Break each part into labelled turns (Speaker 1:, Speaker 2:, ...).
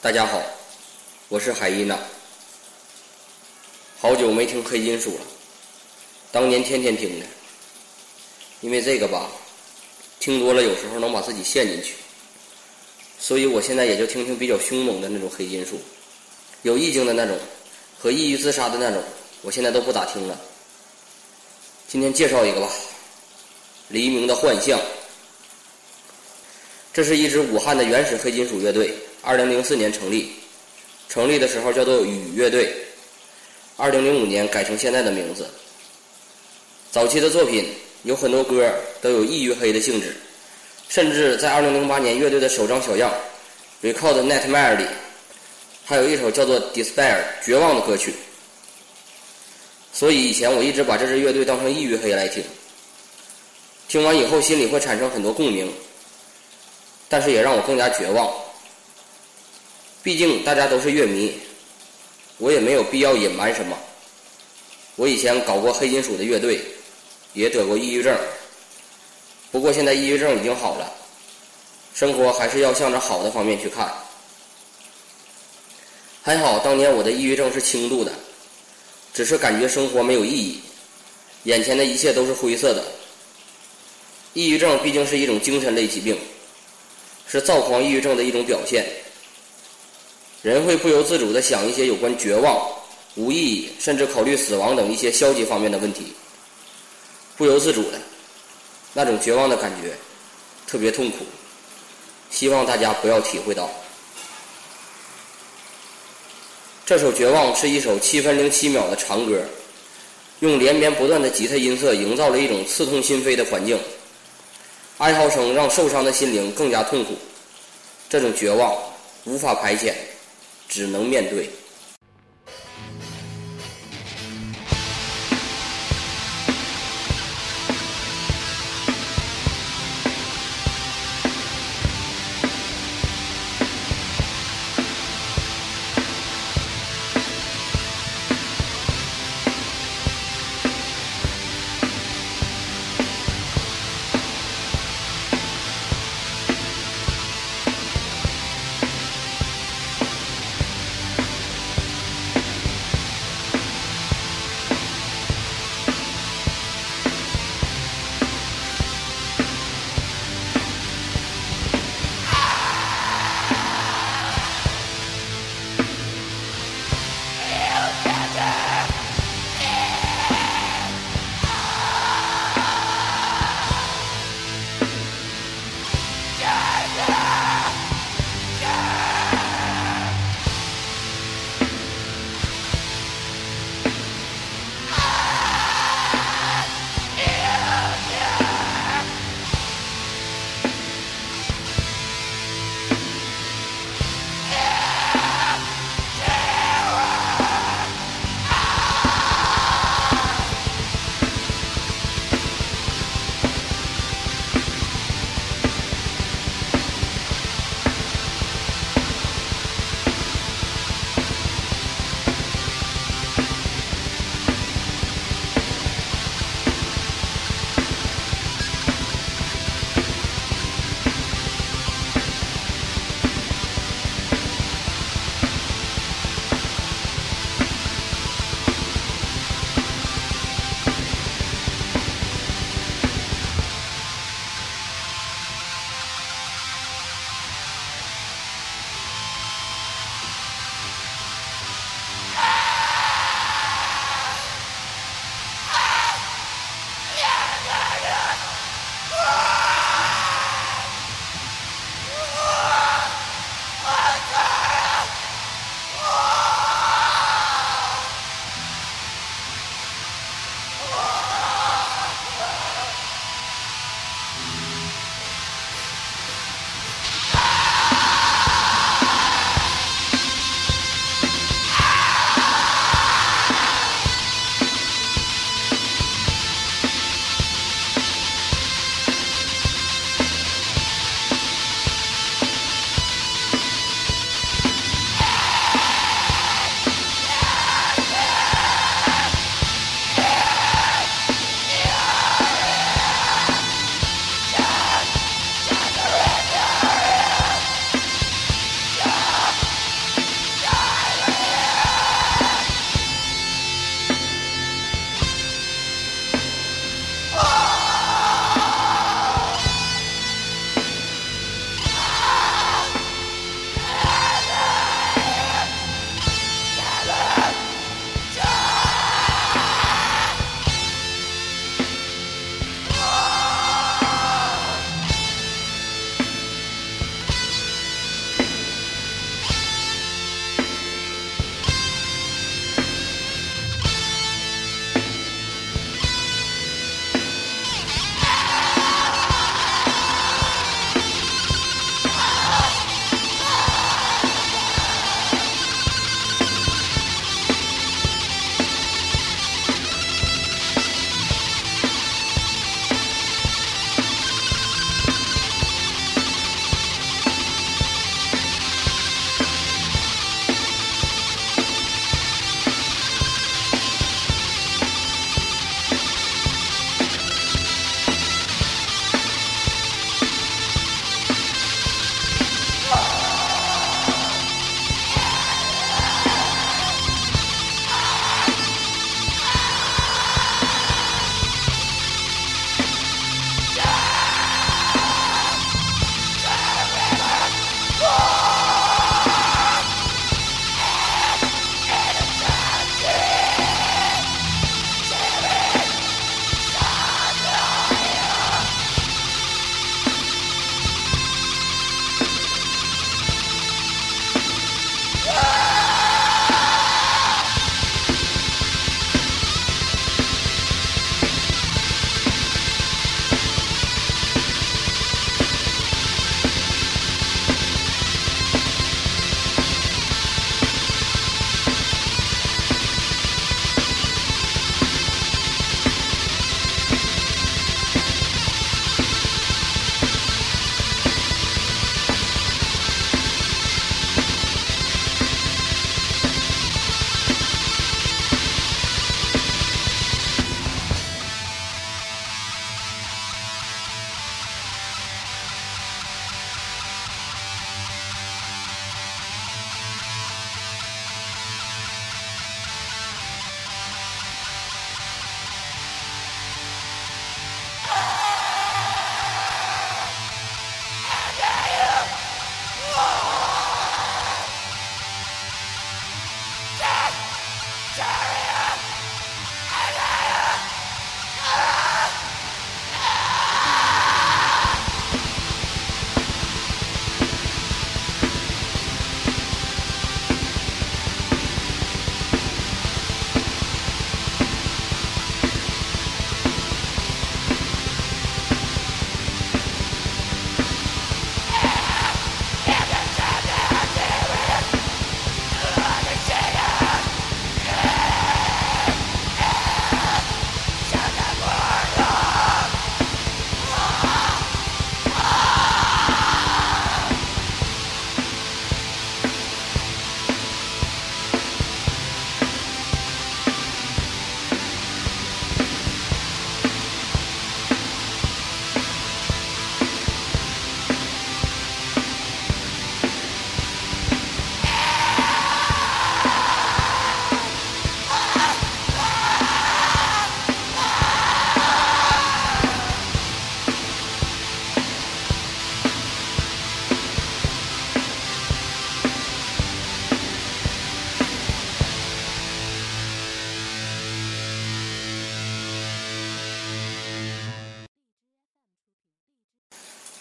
Speaker 1: 大家好，我是海伊娜。好久没听黑金属了，当年天天听的，因为这个吧，听多了有时候能把自己陷进去，所以我现在也就听听比较凶猛的那种黑金属，有意境的那种和抑郁自杀的那种，我现在都不咋听了。今天介绍一个吧，黎明的幻象。这是一支武汉的原始黑金属乐队，2004年成立，成立的时候叫做雨乐队，2005年改成现在的名字。早期的作品有很多歌都有抑郁黑的性质，甚至在2008年乐队的首张小样《Record Nightmare》里还有一首叫做《Despair》绝望的歌曲。所以以前我一直把这支乐队当成抑郁黑来听，听完以后心里会产生很多共鸣，但是也让我更加绝望。毕竟大家都是乐迷，我也没有必要隐瞒什么。我以前搞过黑金属的乐队，也得过抑郁症，不过现在抑郁症已经好了，生活还是要向着好的方面去看。还好当年我的抑郁症是轻度的，只是感觉生活没有意义，眼前的一切都是灰色的。抑郁症毕竟是一种精神类疾病，是躁狂抑郁症的一种表现。人会不由自主地想一些有关绝望、无意义，甚至考虑死亡等一些消极方面的问题，不由自主的那种绝望的感觉特别痛苦，希望大家不要体会到。这首《绝望》是一首7分07秒的长歌，用连绵不断的吉他音色营造了一种刺痛心扉的环境，哀嚎声让受伤的心灵更加痛苦。这种绝望无法排遣，只能面对。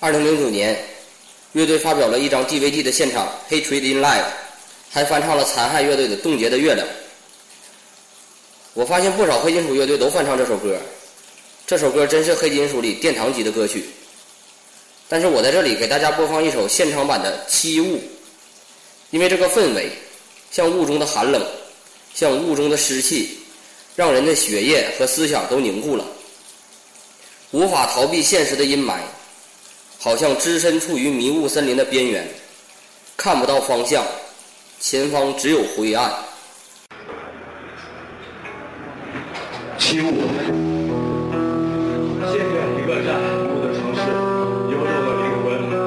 Speaker 1: 2009年，乐队发表了一张 DVD 的现场《Hatred in Live》，还翻唱了残害乐队的《冻结的月亮》。我发现不少黑金属乐队都翻唱这首歌，这首歌真是黑金属里殿堂级的歌曲。但是我在这里给大家播放一首现场版的《七雾》，因为这个氛围像雾中的寒冷，像雾中的湿气，让人的血液和思想都凝固了，无法逃避现实的阴霾，好像只身处于迷雾森林的边缘，看不到方向，前方只有灰暗。
Speaker 2: 七雾，陷入一个战雾的城市，游走的灵魂。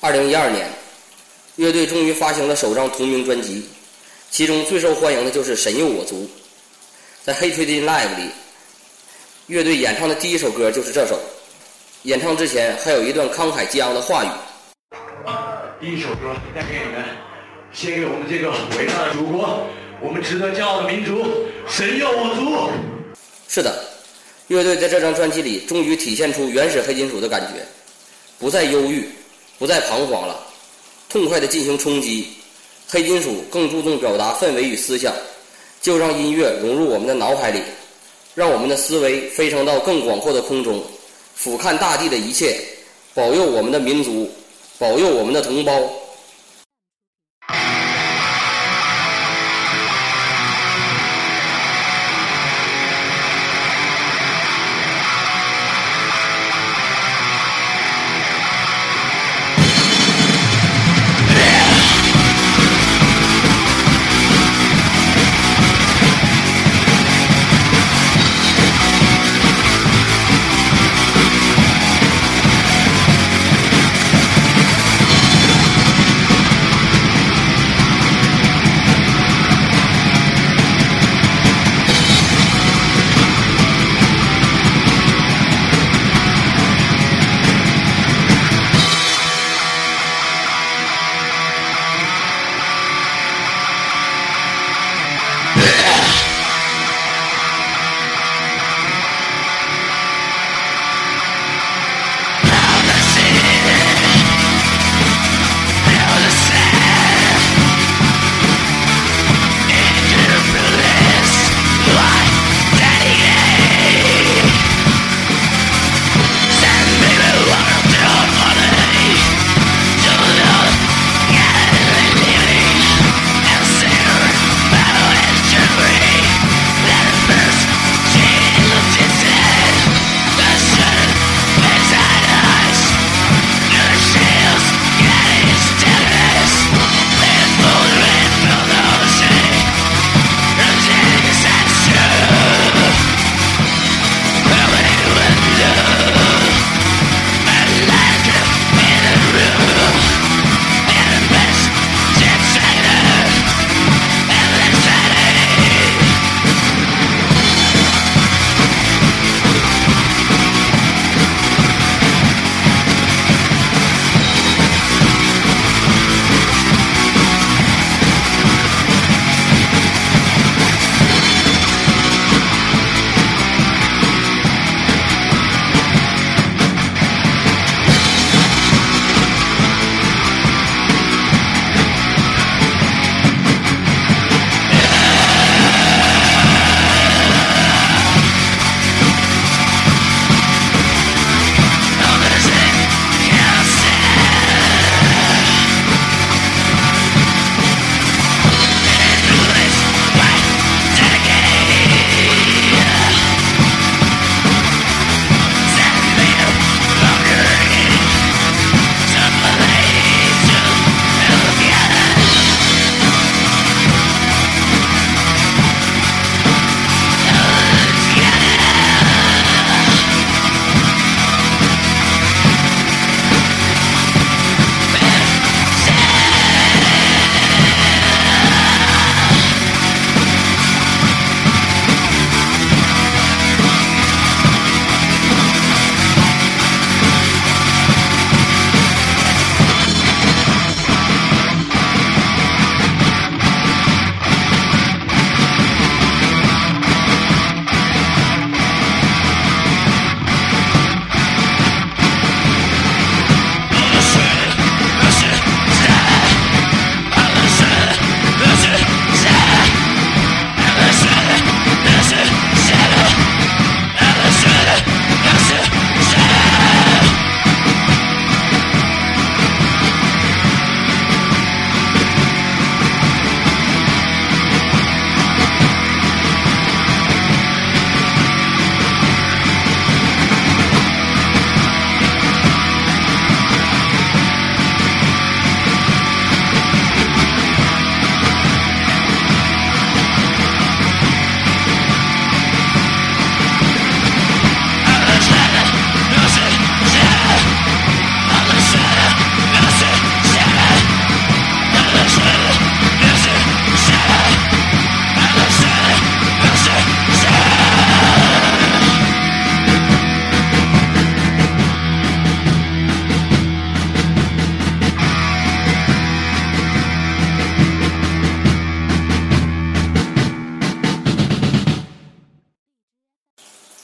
Speaker 1: 2012年，乐队终于发行了首张同名专辑，其中最受欢迎的就是《神佑我族》。在《Hatred in Live》里，乐队演唱的第一首歌就是这首。演唱之前还有一段慷慨激昂的话语。
Speaker 2: 第一首歌带给你们，献给我们这个伟大的祖国，我们值得骄傲的民族，神佑我族。
Speaker 1: 是的，乐队在这张专辑里终于体现出原始黑金属的感觉，不再忧郁，不再彷徨了，痛快地进行冲击。黑金属更注重表达氛围与思想，就让音乐融入我们的脑海里，让我们的思维飞升到更广阔的空中，俯瞰大地的一切，保佑我们的民族，保佑我们的同胞。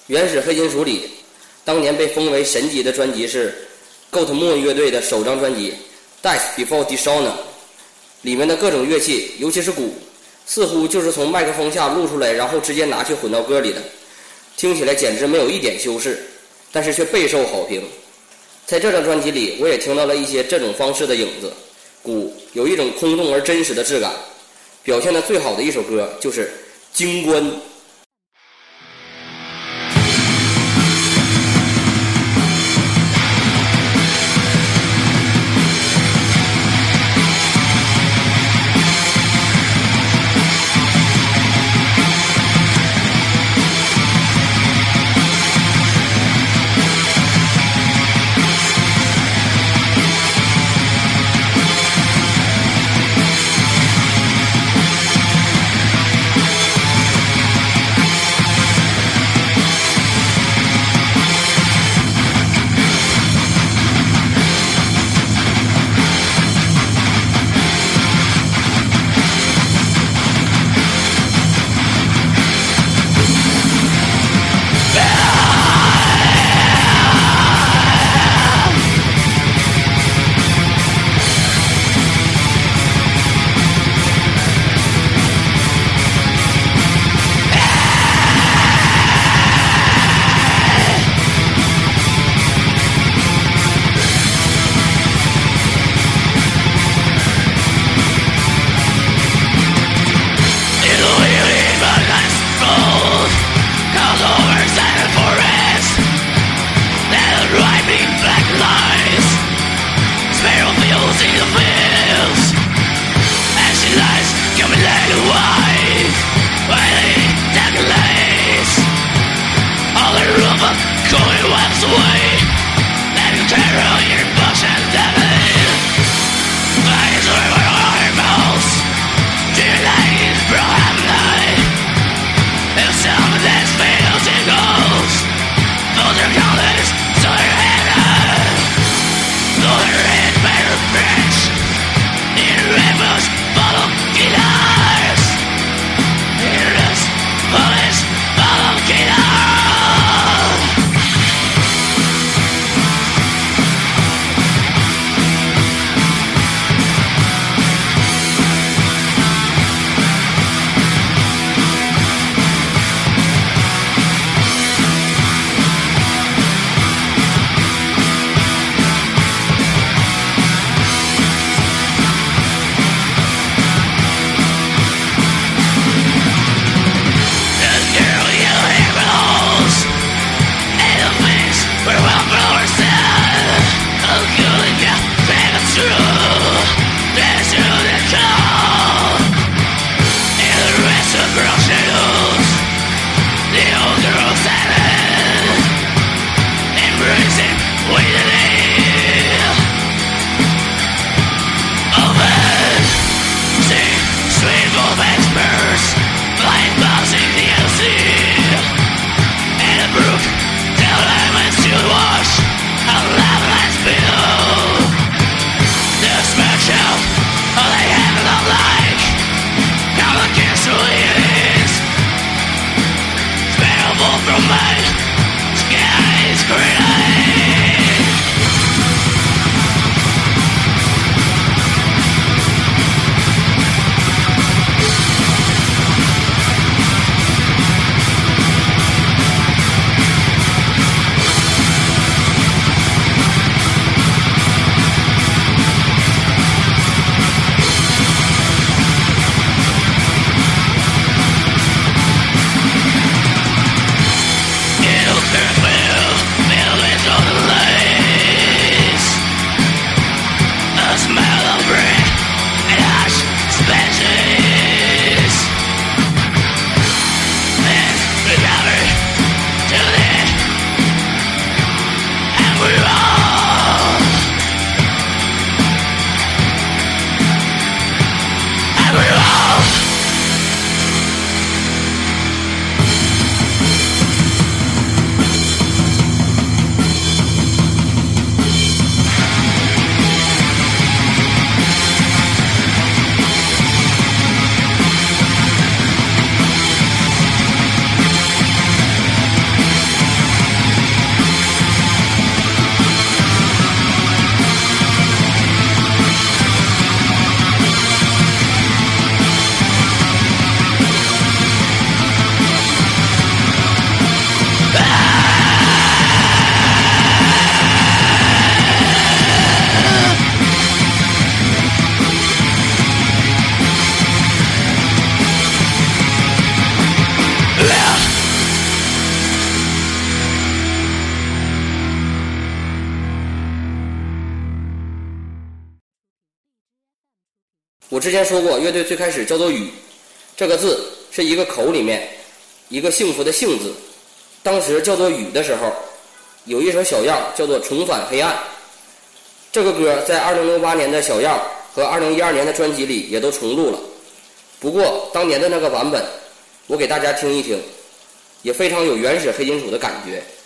Speaker 1: 原始黑金属里，当年被封为神级的专辑是 Goatmoon 乐队的首张专辑《Death Before Dishonor》，里面的各种乐器，尤其是鼓，似乎就是从麦克风下录出来，然后直接拿去混到歌里的，听起来简直没有一点修饰，但是却备受好评。在这张专辑里，我也听到了一些这种方式的影子，鼓有一种空洞而真实的质感，表现的最好的一首歌就是《京关》。
Speaker 3: From my sky's gray.
Speaker 1: 我之前说过，乐队最开始叫做雨，这个字是一个口里面一个幸福的幸字。当时叫做雨的时候，有一首小样叫做重返黑暗，这个歌在2008年的小样和2012年的专辑里也都重录了。不过当年的那个版本我给大家听一听，也非常有原始黑金属的感觉。